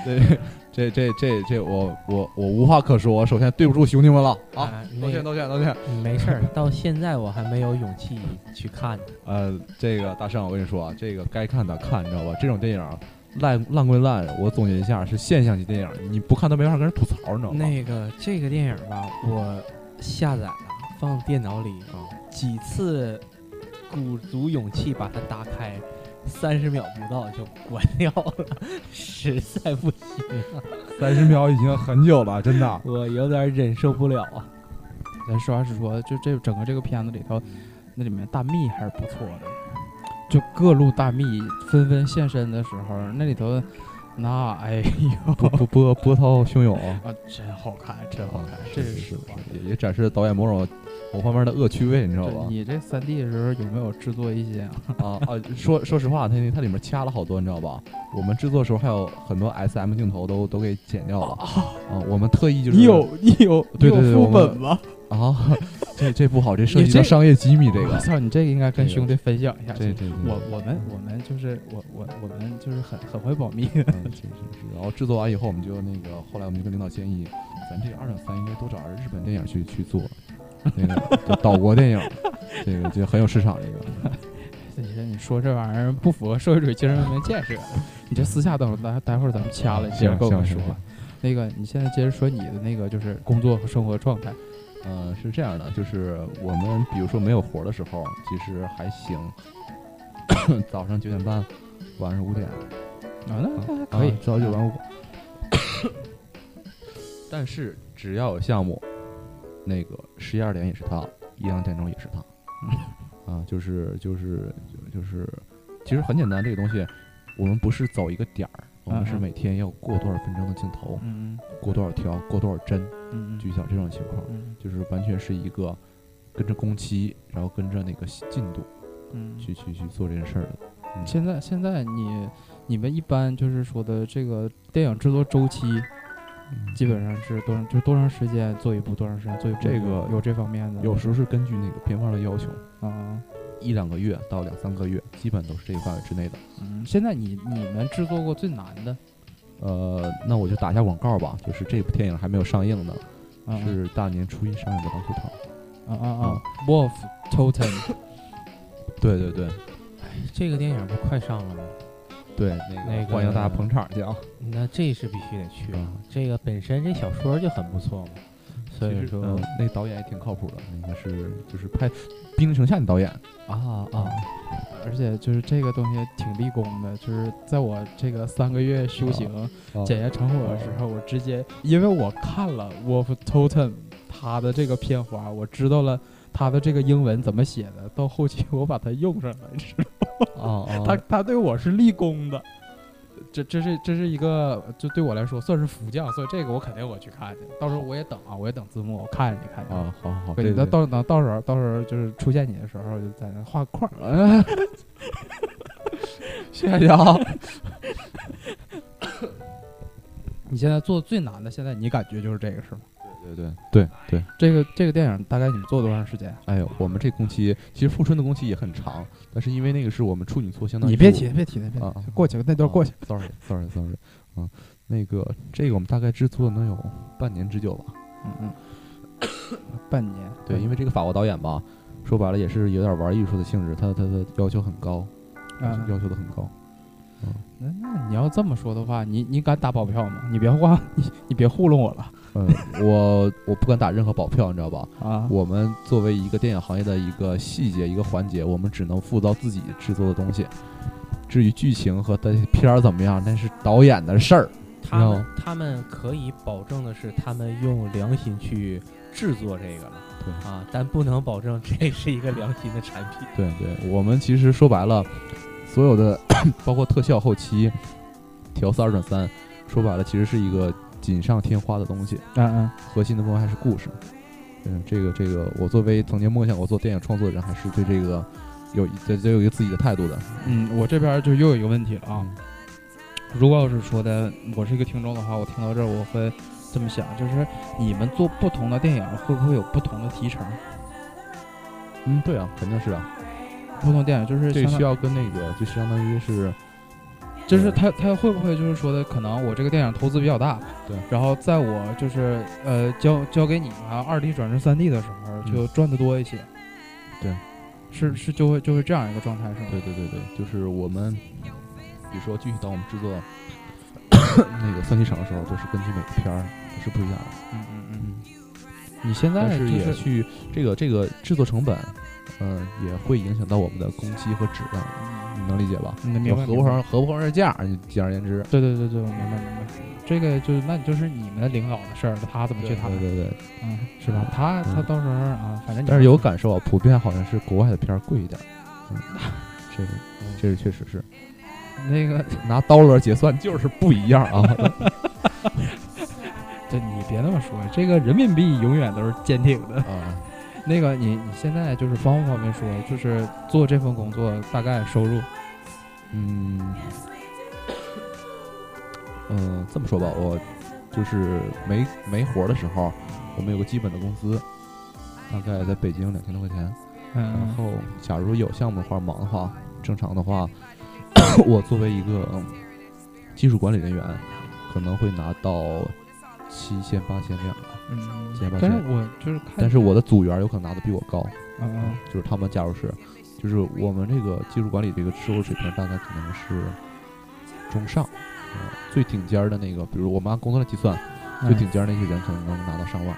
Speaker 3: 这我无话可说，首先对不住兄弟们了啊！道歉。
Speaker 2: 没事儿，到现在我还没有勇气去看
Speaker 3: 呢。这个大圣，我跟你说啊，这个该看的看，你知道吧？这种电影烂归烂，我总结一下是现象级电影，你不看都没法跟人吐槽，你知道吗？
Speaker 2: 这个电影吧，我下载了，放电脑里几次，鼓足勇气把它打开。30秒不到就关掉了，实在不行了。
Speaker 3: 30秒已经很久了，真的，
Speaker 2: 我有点忍受不了啊。
Speaker 1: 咱实话实说，就整个这个片子里头，那里面大蜜还是不错的，就各路大蜜纷纷现身的时候，那里头，那哎呦，
Speaker 3: 波涛汹涌
Speaker 1: 啊，真好看，这是实话，
Speaker 3: 也展示导演某方面的恶趣味，你知道吧？
Speaker 1: 你这3D 的时候有没有制作一些
Speaker 3: 说实话，它里面掐了好多，你知道吧？我们制作的时候还有很多 SM 镜头都给剪掉了我们特意就是
Speaker 1: 你有
Speaker 3: 对
Speaker 1: 副本吗？
Speaker 3: 这不好，这涉及到商业机密。这个
Speaker 1: 我操，你这个应该跟兄弟分享一下。
Speaker 3: 对，
Speaker 1: 我们就是我们就是很会保密。
Speaker 3: 是。然后制作完以后，我们就后来我们就跟领导建议，咱这2整3应该多找日本电影去做。那个岛国电影，这个就很有市场。
Speaker 1: 你说这玩意儿不符合社会主义精神文明建设，你这私下等待会儿咱们掐了，你接着跟我们说。那个你现在接着说你的那个就是工作和生活状态。
Speaker 3: 是这样的，就是我们比如说没有活的时候，其实还行，早上9点半，晚上5点。
Speaker 1: 那还可以，
Speaker 3: 早9晚5。但是只要有项目。11、2点也是他，1、2点钟也是他，就是其实很简单，这个东西我们不是走一个点儿，我们是每天要过多少分钟的镜头，过多少条，过多少帧，举小这种情况，就是完全是一个跟着工期，然后跟着那个进度，去做这件事儿的。
Speaker 1: 现在你们一般就是说的这个电影制作周期。基本上是多长时间做一部，多长时间做一部？
Speaker 3: 这个
Speaker 1: 有这方面的，
Speaker 3: 有时候是根据那个片方的要求
Speaker 1: 1、
Speaker 3: 2个月到2、3个月，基本都是这个范围之内的。
Speaker 1: 现在你们制作过最难的？
Speaker 3: 那我就打一下广告吧，就是这部电影还没有上映的，是大年初1上映的《狼图腾》。
Speaker 1: Wolf Totem。
Speaker 3: 对。
Speaker 2: 这个电影不快上了吗？
Speaker 3: 对，那个欢迎大家捧场去啊！
Speaker 2: 那这是必须得去啊！这个本身这小说就很不错嘛，所以说
Speaker 3: 那导演也挺靠谱的，那个就是拍《兵临城下》的导演
Speaker 1: 而且就是这个东西挺立功的，就是在我这个3个月修行检验成果的时候，我直接因为我看了 Wolf Totem 他的这个片花，我知道了他的这个英文怎么写的，到后期我把它用上了，你知道吗？他对我是立功的，这是一个，就对我来说算是福将，所以这个我肯定我去看去。到时候我也等字幕，我看着你看着
Speaker 3: 好，
Speaker 1: 对，到时候就是出现你的时候，就在那画框。
Speaker 3: 谢谢啊！
Speaker 1: 你现在做最难的，现在你感觉就是这个是吗？
Speaker 3: 对，
Speaker 1: 这个电影大概你们做多长时间？
Speaker 3: 哎呦，我们这工期其实富春的工期也很长，但是因为那个是我们处女座，相当于
Speaker 1: 你别提过去了，那段过去。
Speaker 3: sorry 那个这个我们大概制作能有半年之久吧。
Speaker 1: 半年。
Speaker 3: 对，因为这个法国导演吧，说白了也是有点玩艺术的性质，他的要求很高，要求的很高。
Speaker 1: 那你要这么说的话，你敢打保票吗？你别糊弄我了。
Speaker 3: 我不敢打任何保票，你知道吧？我们作为一个电影行业的一个细节一个环节，我们只能负责自己制作的东西。至于剧情和的片儿怎么样，那是导演的事儿。
Speaker 2: 他们可以保证的是，他们用良心去制作这个了。
Speaker 3: 对
Speaker 2: 但不能保证这是一个良心的产品。
Speaker 3: 对，我们其实说白了，所有的包括特效后期调色2.3，说白了其实是一个锦上添花的东西。核心的部分还是故事。这个我作为曾经梦想过做电影创作的人，还是对这个有一个自己的态度的。
Speaker 1: 我这边就又有一个问题了啊。如果要是说的我是一个听众的话，我听到这儿我会这么想，就是你们做不同的电影会不会有不同的提成？
Speaker 3: 对啊，肯定是啊。
Speaker 1: 不同电影就是
Speaker 3: 这需要跟那个就相当于是
Speaker 1: 就是他会不会就是说的，可能我这个电影投资比较大，
Speaker 3: 对，
Speaker 1: 然后在我就是交给你们2D 转成3D 的时候，就赚得多一些。
Speaker 3: 对，
Speaker 1: 是就会这样一个状态，是吗？
Speaker 3: 对，就是我们，比如说具体到我们制作那个3D 场的时候，就是根据每个片儿是不一样的。
Speaker 1: 你现在
Speaker 3: 是也去这个制作成本，也会影响到我们的工期和质量，你能理解吧？
Speaker 1: 明白。
Speaker 3: 合不合这价，简而言之。
Speaker 1: 对，我明白。这个那就是你们领导的事儿，他怎么去谈？
Speaker 3: 对，
Speaker 1: 是吧？他到时候反正
Speaker 3: 但是有感受啊，普遍好像是国外的片儿贵一点。这确实是。
Speaker 1: 那个
Speaker 3: 拿刀额结算就是不一样啊。
Speaker 1: 对，你别那么说，这个人民币永远都是坚挺的
Speaker 3: 啊。
Speaker 1: 那个你现在就是方不方便说，就是做这份工作大概收入？
Speaker 3: 这么说吧，我就是没活的时候，我们有个基本的工资，大概在北京2000多块钱。然后假如有项目的话，忙的话，正常的话，我作为一个技术管理人员，可能会拿到7000、8000这样的。
Speaker 1: 但是我就是看，
Speaker 3: 但是我的组员有可能拿的比我高。就是他们假如是，就是我们这个技术管理这个收入水平大概可能是中上。最顶尖的那个，比如我们按工作量计算，最顶尖那些人可能能拿到上万。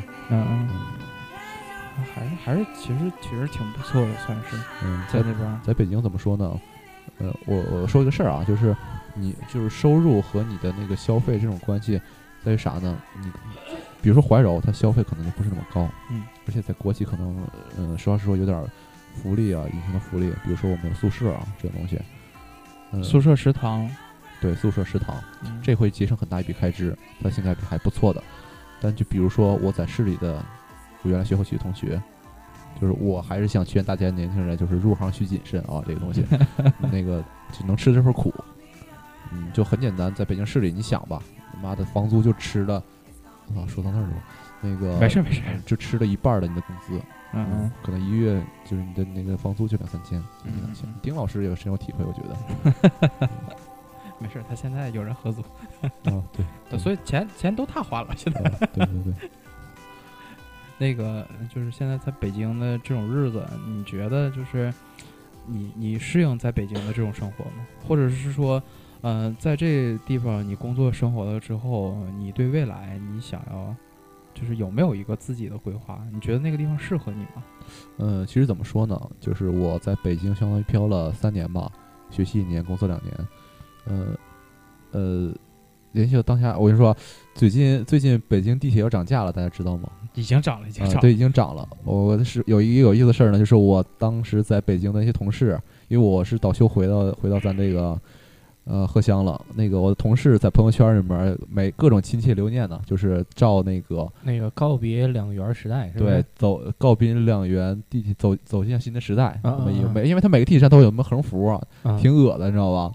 Speaker 1: 还是其实挺不错的，算是。在那边，
Speaker 3: 在北京怎么说呢？我说一个事儿啊，就是你就是收入和你的那个消费这种关系在于啥呢？你比如说怀柔，它消费可能就不是那么高，而且在国企可能，实话实说有点福利啊，隐形的福利，比如说我们有宿舍啊这种东西，
Speaker 1: 宿舍食堂。
Speaker 3: 对，宿舍食堂，这会节省很大一笔开支，它性价比还不错的。但就比如说我在市里的，我原来学后期的同学，就是我还是想劝大家年轻人，就是入行需谨慎啊，这个东西，那个就能吃这份苦。就很简单，在北京市里，你想吧，妈的房租就吃了，说到那儿了，那个
Speaker 1: 没事，
Speaker 3: 就吃了一半的你的工资，可能1月就是你的那个房租就2、3千，丁老师也深有体会，我觉得。
Speaker 1: 没事，他现在有人合租。
Speaker 3: 对，
Speaker 1: 所以钱都他花了，现在。
Speaker 3: 对。
Speaker 1: 那个就是现在在北京的这种日子，你觉得就是你适应在北京的这种生活吗？或者是说，在这地方你工作生活了之后，你对未来你想要，就是有没有一个自己的规划？你觉得那个地方适合你吗？
Speaker 3: 其实怎么说呢，就是我在北京相当于漂了3年吧，学习1年，工作2年。联系到当下，我跟你说，最近北京地铁要涨价了，大家知道吗？
Speaker 1: 已经涨了。
Speaker 3: 对，已经涨了。我是有一个有意思的事儿呢，就是我当时在北京的一些同事，因为我是倒休回到咱这个荷乡了。那个我的同事在朋友圈里面各种亲切留念呢，就是照那个
Speaker 2: 告别2元时代，是吧？
Speaker 3: 对，告别2元地铁，走向新的时代。因为他每个地铁站都有横幅挺恶的，你知道吧？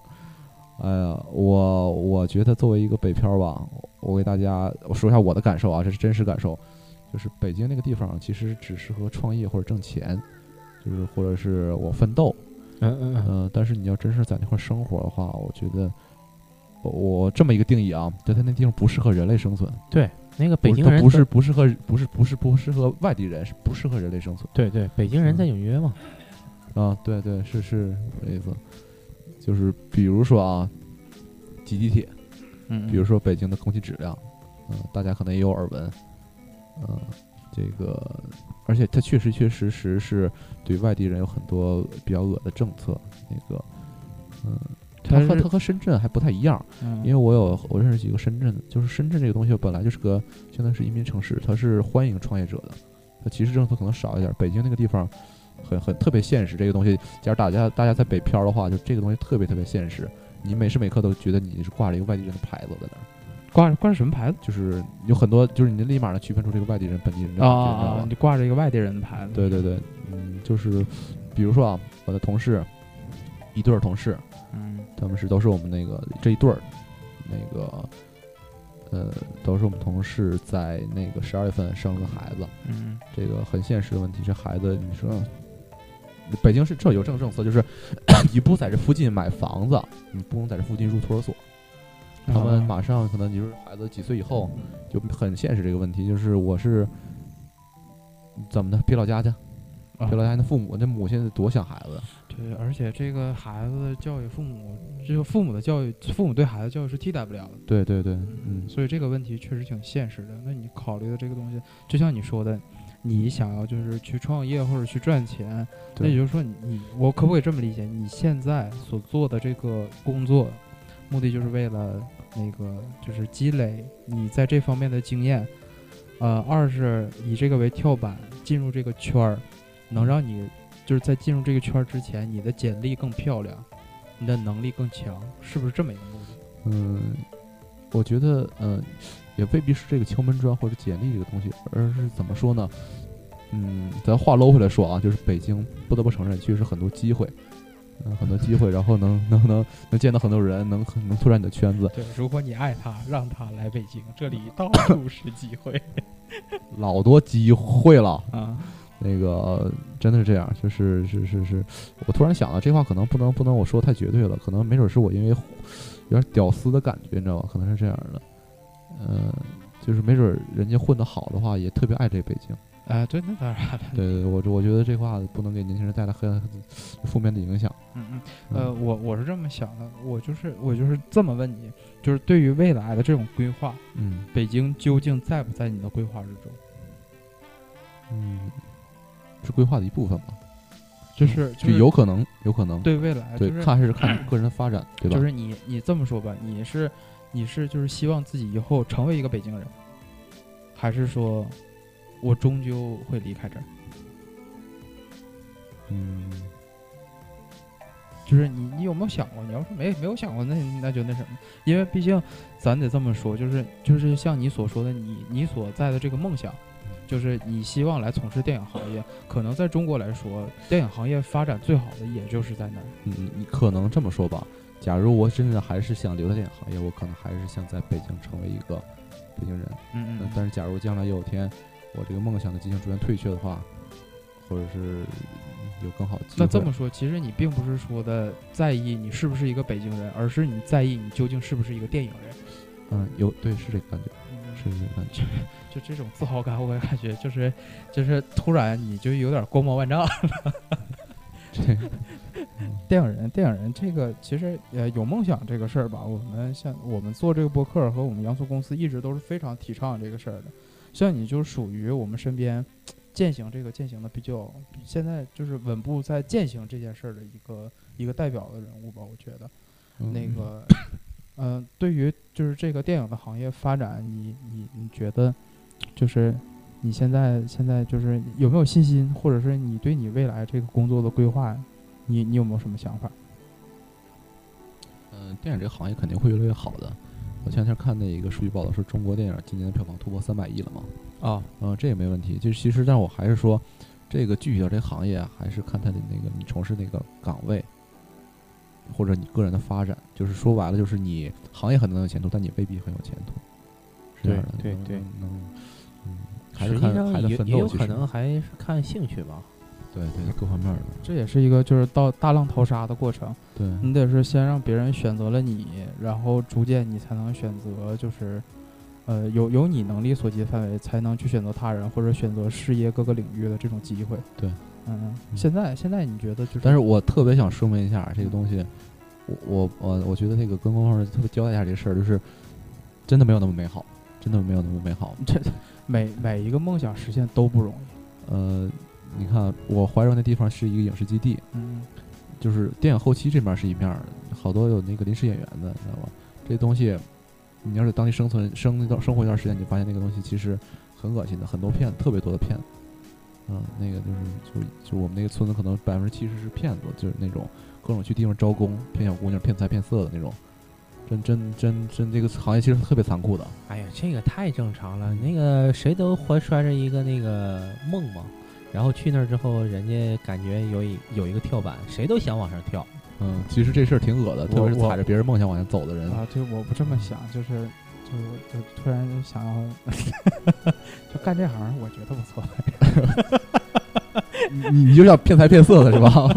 Speaker 3: 我觉得作为一个北漂吧，我给大家说一下我的感受啊，这是真实感受，就是北京那个地方其实只适合创业或者挣钱，就是或者是我奋斗，但是你要真是在那块生活的话，我觉得我这么一个定义啊，就他那地方不适合人类生存。
Speaker 2: 对，那个北京人
Speaker 3: 不适合外地人，是不适合人类生存。
Speaker 2: 对，北京人在纽约嘛。
Speaker 3: 对，是这意思。就是比如说啊，挤地铁，比如说北京的空气质量，大家可能也有耳闻，这个，而且它确实是对外地人有很多比较恶的政策，那个，它和深圳还不太一样，因为我认识几个深圳的，就是深圳这个东西本来就是个相当于是移民城市，它是欢迎创业者的，它其实政策可能少一点，北京那个地方。很特别现实，这个东西，假如大家在北漂的话，就这个东西特别现实。你每时每刻都觉得你是挂着一个外地人的牌子在那儿。
Speaker 1: 挂着什么牌子？
Speaker 3: 就是有很多，就是你立马能区分出这个外地人、本地人。
Speaker 1: 你挂着一个外地人的牌子。
Speaker 3: 对，就是比如说啊，我的同事，一对同事，他们都是我们那个这一对儿，那个都是我们同事在那个12月份生了个孩子。这个很现实的问题，这孩子你说北京是这有政策，就是你不在这附近买房子，你不能在这附近入托儿所。他们马上可能你说孩子几岁以后就很现实这个问题，就是我是怎么的别老家去，别老家的父母，那母亲多想孩子。
Speaker 1: 对，而且这个孩子的教育，这个父母的教育，父母对孩子教育是替代不了的。
Speaker 3: 对对对，
Speaker 1: 所以这个问题确实挺现实的。那你考虑的这个东西，就像你说的，你想要就是去创业或者去赚钱，那也就是说我可不可以这么理解？你现在所做的这个工作，目的就是为了那个就是积累你在这方面的经验，二是以这个为跳板进入这个圈儿，能让你就是在进入这个圈儿之前，你的简历更漂亮，你的能力更强，是不是这么一个目的？
Speaker 3: 我觉得也未必是这个敲门砖或者简历这个东西，而是怎么说呢？咱话搂回来说啊，就是北京不得不承认，确实很多机会。很多机会，然后能见到很多人，能拓展你的圈子。
Speaker 1: 对，如果你爱他，让他来北京，这里到处是机会，
Speaker 3: 老多机会了
Speaker 1: 啊！
Speaker 3: 那个真的是这样，是，我突然想了，这话可能不能我说太绝对了，可能没准是我因为有点屌丝的感觉，你知道吗？可能是这样的，就是没准人家混得好的话，也特别爱这北京。
Speaker 1: 对，那当然了。
Speaker 3: 对，我觉得这话不能给年轻人带来很负面的影响。
Speaker 1: 我是这么想的，我就是这么问你，就是对于未来的这种规划，北京究竟在不在你的规划之中？
Speaker 3: 是规划的一部分吧，
Speaker 1: 就
Speaker 3: 有可能
Speaker 1: 对未来，
Speaker 3: 对，看个人的发展，对吧？
Speaker 1: 就是你这么说吧，你是就是希望自己以后成为一个北京人，还是说我终究会离开这儿？就是你有没有想过？你要是没有想过，那就那什么，因为毕竟咱得这么说，就是像你所说的，你所在的这个梦想，就是你希望来从事电影行业，可能在中国来说，电影行业发展最好的也就是在那儿。
Speaker 3: 你可能这么说吧。假如我真的还是想留在电影行业，我可能还是想在北京成为一个北京人。但是假如将来有一天我这个梦想的进行逐渐退却的话，或者是有更好的机会。
Speaker 1: 那这么说，其实你并不是说的在意你是不是一个北京人，而是你在意你究竟是不是一个电影人。
Speaker 3: 对，是这个感觉，是这个感觉。
Speaker 1: 就这种自豪感，我感觉就是突然你就有点光芒万丈了。电影人这个其实有梦想这个事儿吧，我们做这个播客和我们洋葱公司一直都是非常提倡这个事儿的。像你就属于我们身边践行的比较，现在就是稳步在践行这件事儿的一个代表的人物吧，我觉得。那个对于就是这个电影的行业发展，你觉得就是你现在就是有没有信心，或者是你对你未来这个工作的规划，你有没有什么想法？
Speaker 3: 电影这个行业肯定会越来越好的。我前两天看的一个数据报道说，中国电影今年的票房突破300亿了嘛。这也没问题。就是其实，但我还是说，这个具体到这个行业，还是看它的那个你从事那个岗位，或者你个人的发展。就是说白了，就是你行业很能有前途，但你未必很有前途。是这样的。
Speaker 2: 对，
Speaker 3: 还是看孩子奋斗，
Speaker 2: 也有可能还是看兴趣吧。
Speaker 3: 对，各方面的。
Speaker 1: 这也是一个就是到大浪淘沙的过程。
Speaker 3: 对，
Speaker 1: 你得是先让别人选择了你，然后逐渐你才能选择，就是有你能力所及范围，才能去选择他人或者选择事业各个领域的这种机会。
Speaker 3: 对，
Speaker 1: 现在你觉得就是？
Speaker 3: 但是我特别想说明一下这个东西，我觉得那个跟官方特别交代一下这个事儿，就是真的没有那么美好，真的没有那么美好。
Speaker 1: 这每一个梦想实现都不容易。
Speaker 3: 你看我怀柔那地方是一个影视基地，就是电影后期这面是一面，好多有那个临时演员的，你知道吗？这东西你要是当地生活一段时间，你就发现那个东西其实很恶心的，很多骗子，特别多的骗子。那个就我们那个村子可能70%是骗子，就是那种各种去地方招工骗小姑娘、骗财骗色的那种。真这个行业其实特别残酷的。
Speaker 2: 哎呀，这个太正常了。那个谁都怀着一个那个梦嘛，然后去那儿之后，人家感觉有一个跳板，谁都想往上跳。
Speaker 3: 其实这事儿挺恶的，特别是踩着别人梦想往前走的人
Speaker 1: 啊。对，我不这么想，就突然就想要就干这行，我觉得不错。
Speaker 3: 你就要骗财骗色的是吧？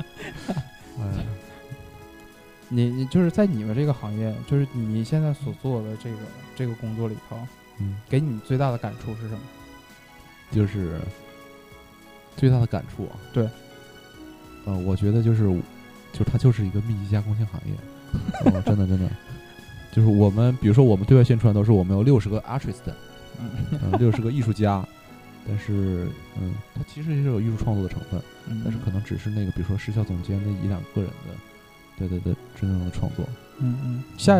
Speaker 1: 你就是在你们这个行业，就是你现在所做的这个工作里头，给你最大的感触是什么？
Speaker 3: 就是最大的感触啊，
Speaker 1: 对，
Speaker 3: 我觉得就是它就是一个密集加工型行业，真的，就是我们比如说我们对外宣传都是我们有60个 artist， 60个艺术家，但是它其实也是有艺术创作的成分，但是可能只是那个比如说时效总监那1-2个人的。对，真正的创作。下一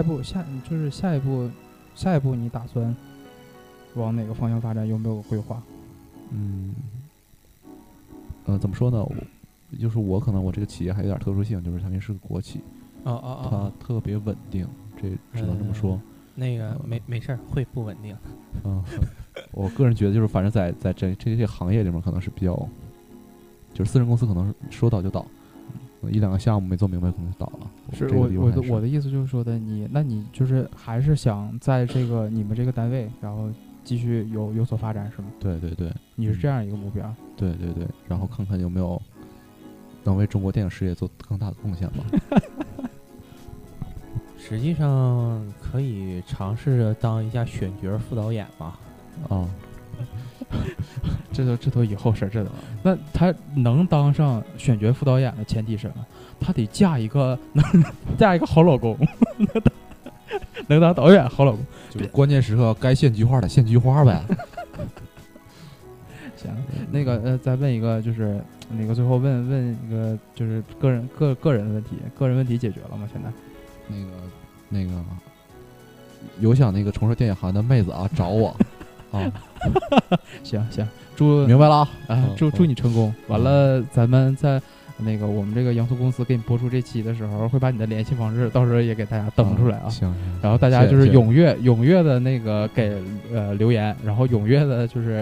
Speaker 3: 步你打算往哪个方向发展？有没有个规划？怎么说呢？就是我可能我这个企业还有点特殊性，就是它是个国企，它特别稳定，这只能这么说。
Speaker 2: 那个没事儿，会不稳定。
Speaker 3: 我个人觉得就是反正在这些行业里面可能是比较，就是私人公司可能说倒就倒。1-2个项目没做明白，可能就倒了。
Speaker 1: 是我的意思就是说的，你就是还是想在你们这个单位，然后继续有所发展，是吗？
Speaker 3: 对，
Speaker 1: 你是这样一个目标。
Speaker 3: 对，然后看看有没有能为中国电影事业做更大的贡献吧。
Speaker 2: 实际上可以尝试着当一下选角副导演嘛。
Speaker 1: 这都以后事，这都。那他能当上选角副导演的前提是什么？他得嫁一个好老公，能当导演好老公。
Speaker 3: 就是关键时刻该献菊花的献菊花呗。
Speaker 1: 行，那个再问一个，就是那个最后问一个，就是个人的问题，个人问题解决了吗？现在
Speaker 3: 那个有想那个从事电影行业的妹子啊，找我。
Speaker 1: 行，祝
Speaker 3: 明白了
Speaker 1: 祝你成功。完了，咱们在那个我们这个洋葱公司给你播出这期的时候，会把你的联系方式到时候也给大家登出来啊。
Speaker 3: 行，
Speaker 1: 然后大家就是踊跃的那个给留言，然后踊跃的就是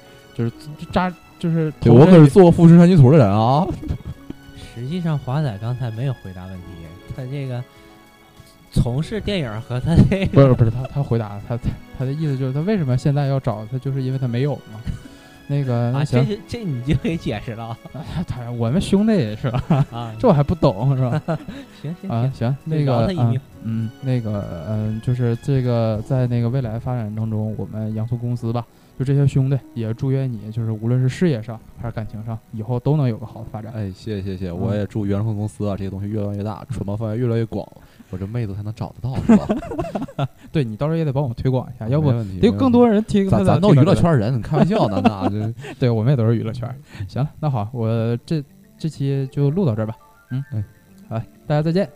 Speaker 1: 就是
Speaker 3: 对我可是做过富士山居图的人啊。
Speaker 2: 实际上华仔刚才没有回答问题，他这个从事电影和他这
Speaker 1: 个不是他回答他的意思就是他为什么现在要找他，就是因为他没有嘛。那个
Speaker 2: 这你就给解释了。
Speaker 1: 我们兄弟是吧？这我还不懂是吧？行，那个就是这个在那个未来发展当中，我们洋葱公司吧，就这些兄弟也祝愿你，就是无论是事业上还是感情上，以后都能有个好的发展。
Speaker 3: 谢谢，我也祝洋葱公司这些东西越来越大，传播范围越来越广，我这妹子才能找得到，是吧？
Speaker 1: 对，你到时候也得帮我推广一下，要不得有更多人听。
Speaker 3: 咱都娱乐圈人，你开玩笑呢？那
Speaker 1: 对，我们也都是娱乐圈。行，那好，我这期就录到这儿吧。好，大家再见，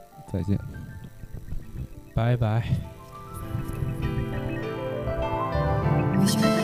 Speaker 2: 拜拜。